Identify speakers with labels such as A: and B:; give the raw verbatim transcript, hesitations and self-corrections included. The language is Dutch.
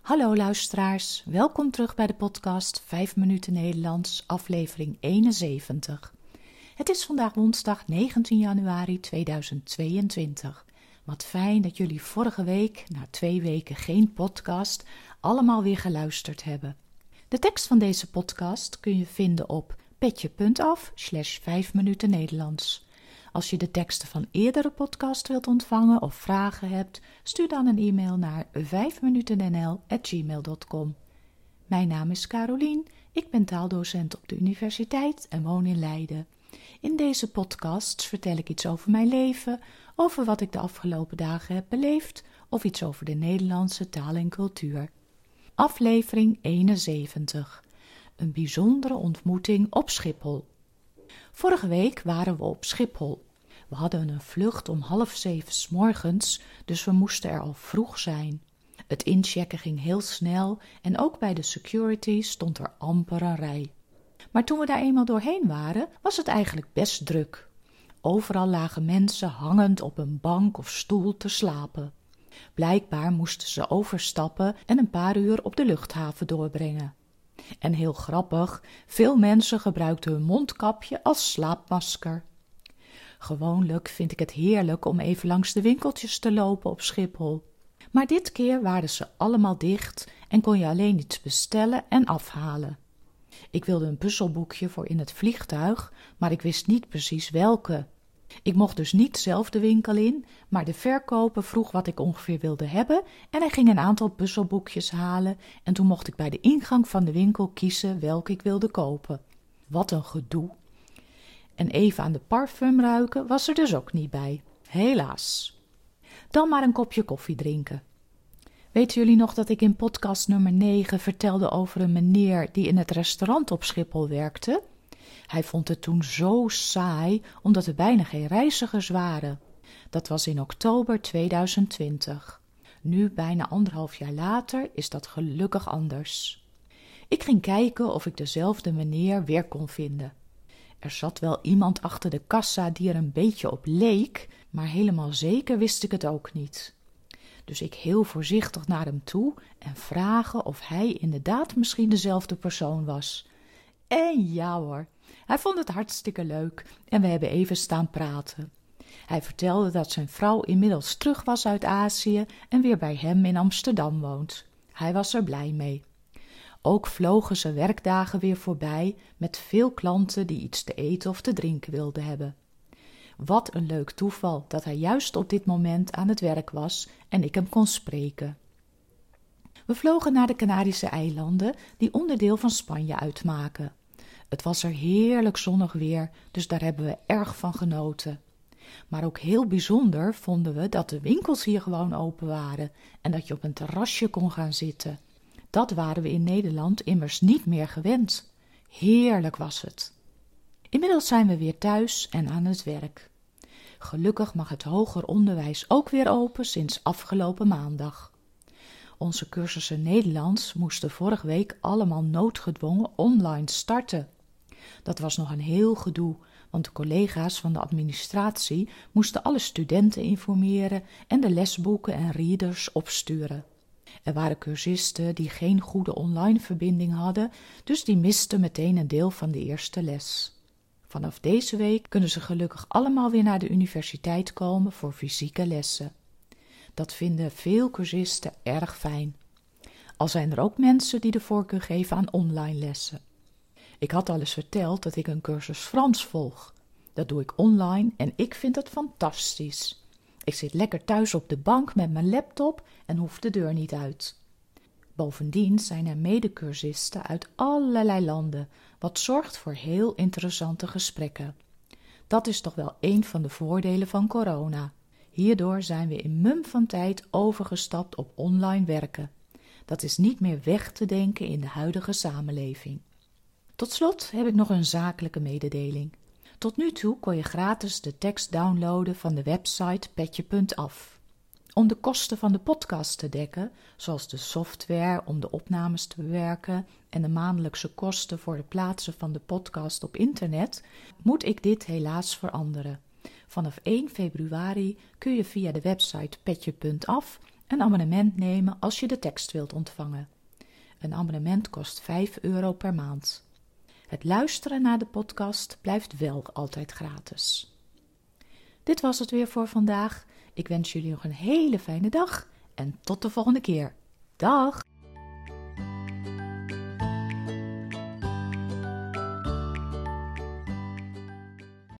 A: Hallo luisteraars, welkom terug bij de podcast vijf minuten Nederlands, aflevering eenenzeventig. Het is vandaag woensdag negentien januari tweeduizend tweeëntwintig. Wat fijn dat jullie vorige week, na twee weken geen podcast, allemaal weer geluisterd hebben. De tekst van deze podcast kun je vinden op petje.af slash vijf minuten Nederlands. Als je de teksten van eerdere podcasts wilt ontvangen of vragen hebt, stuur dan een e-mail naar vijf minuten n l at gmail dot com. Mijn naam is Carolien, ik ben taaldocent op de universiteit en woon in Leiden. In deze podcasts vertel ik iets over mijn leven, over wat ik de afgelopen dagen heb beleefd of iets over de Nederlandse taal en cultuur. Aflevering eenenzeventig. Een bijzondere ontmoeting op Schiphol. Vorige week waren we op Schiphol. We hadden een vlucht om half zeven 's morgens, dus we moesten er al vroeg zijn. Het inchecken ging heel snel en ook bij de security stond er amper een rij. Maar toen we daar eenmaal doorheen waren, was het eigenlijk best druk. Overal lagen mensen hangend op een bank of stoel te slapen. Blijkbaar moesten ze overstappen en een paar uur op de luchthaven doorbrengen. En heel grappig, veel mensen gebruikten hun mondkapje als slaapmasker. Gewoonlijk vind ik het heerlijk om even langs de winkeltjes te lopen op Schiphol. Maar dit keer waren ze allemaal dicht en kon je alleen iets bestellen en afhalen. Ik wilde een puzzelboekje voor in het vliegtuig, maar ik wist niet precies welke. Ik mocht dus niet zelf de winkel in, maar de verkoper vroeg wat ik ongeveer wilde hebben en hij ging een aantal puzzelboekjes halen en toen mocht ik bij de ingang van de winkel kiezen welke ik wilde kopen. Wat een gedoe. En even aan de parfum ruiken was er dus ook niet bij. Helaas. Dan maar een kopje koffie drinken. Weten jullie nog dat ik in podcast nummer negen vertelde over een meneer die in het restaurant op Schiphol werkte? Hij vond het toen zo saai, omdat er bijna geen reizigers waren. Dat was in oktober tweeduizend twintig. Nu, bijna anderhalf jaar later, is dat gelukkig anders. Ik ging kijken of ik dezelfde meneer weer kon vinden. Er zat wel iemand achter de kassa die er een beetje op leek, maar helemaal zeker wist ik het ook niet. Dus ik heel voorzichtig naar hem toe en vragen of hij inderdaad misschien dezelfde persoon was. En ja hoor, hij vond het hartstikke leuk en we hebben even staan praten. Hij vertelde dat zijn vrouw inmiddels terug was uit Azië en weer bij hem in Amsterdam woont. Hij was er blij mee. Ook vlogen zijn werkdagen weer voorbij met veel klanten die iets te eten of te drinken wilden hebben. Wat een leuk toeval dat hij juist op dit moment aan het werk was en ik hem kon spreken. We vlogen naar de Canarische eilanden die onderdeel van Spanje uitmaken. Het was er heerlijk zonnig weer, dus daar hebben we erg van genoten. Maar ook heel bijzonder vonden we dat de winkels hier gewoon open waren en dat je op een terrasje kon gaan zitten. Dat waren we in Nederland immers niet meer gewend. Heerlijk was het. Inmiddels zijn we weer thuis en aan het werk. Gelukkig mag het hoger onderwijs ook weer open sinds afgelopen maandag. Onze cursussen Nederlands moesten vorige week allemaal noodgedwongen online starten. Dat was nog een heel gedoe, want de collega's van de administratie moesten alle studenten informeren en de lesboeken en readers opsturen. Er waren cursisten die geen goede online verbinding hadden, dus die misten meteen een deel van de eerste les. Vanaf deze week kunnen ze gelukkig allemaal weer naar de universiteit komen voor fysieke lessen. Dat vinden veel cursisten erg fijn. Al zijn er ook mensen die de voorkeur geven aan online lessen. Ik had al eens verteld dat ik een cursus Frans volg. Dat doe ik online en ik vind het fantastisch. Ik zit lekker thuis op de bank met mijn laptop en hoef de deur niet uit. Bovendien zijn er medecursisten uit allerlei landen, wat zorgt voor heel interessante gesprekken. Dat is toch wel een van de voordelen van corona. Hierdoor zijn we in mum van tijd overgestapt op online werken. Dat is niet meer weg te denken in de huidige samenleving. Tot slot heb ik nog een zakelijke mededeling. Tot nu toe kon je gratis de tekst downloaden van de website petje.af. Om de kosten van de podcast te dekken, zoals de software om de opnames te bewerken en de maandelijkse kosten voor het plaatsen van de podcast op internet, moet ik dit helaas veranderen. Vanaf één februari kun je via de website petje.af een abonnement nemen als je de tekst wilt ontvangen. Een abonnement kost vijf euro per maand. Het luisteren naar de podcast blijft wel altijd gratis. Dit was het weer voor vandaag. Ik wens jullie nog een hele fijne dag en tot de volgende keer. Dag!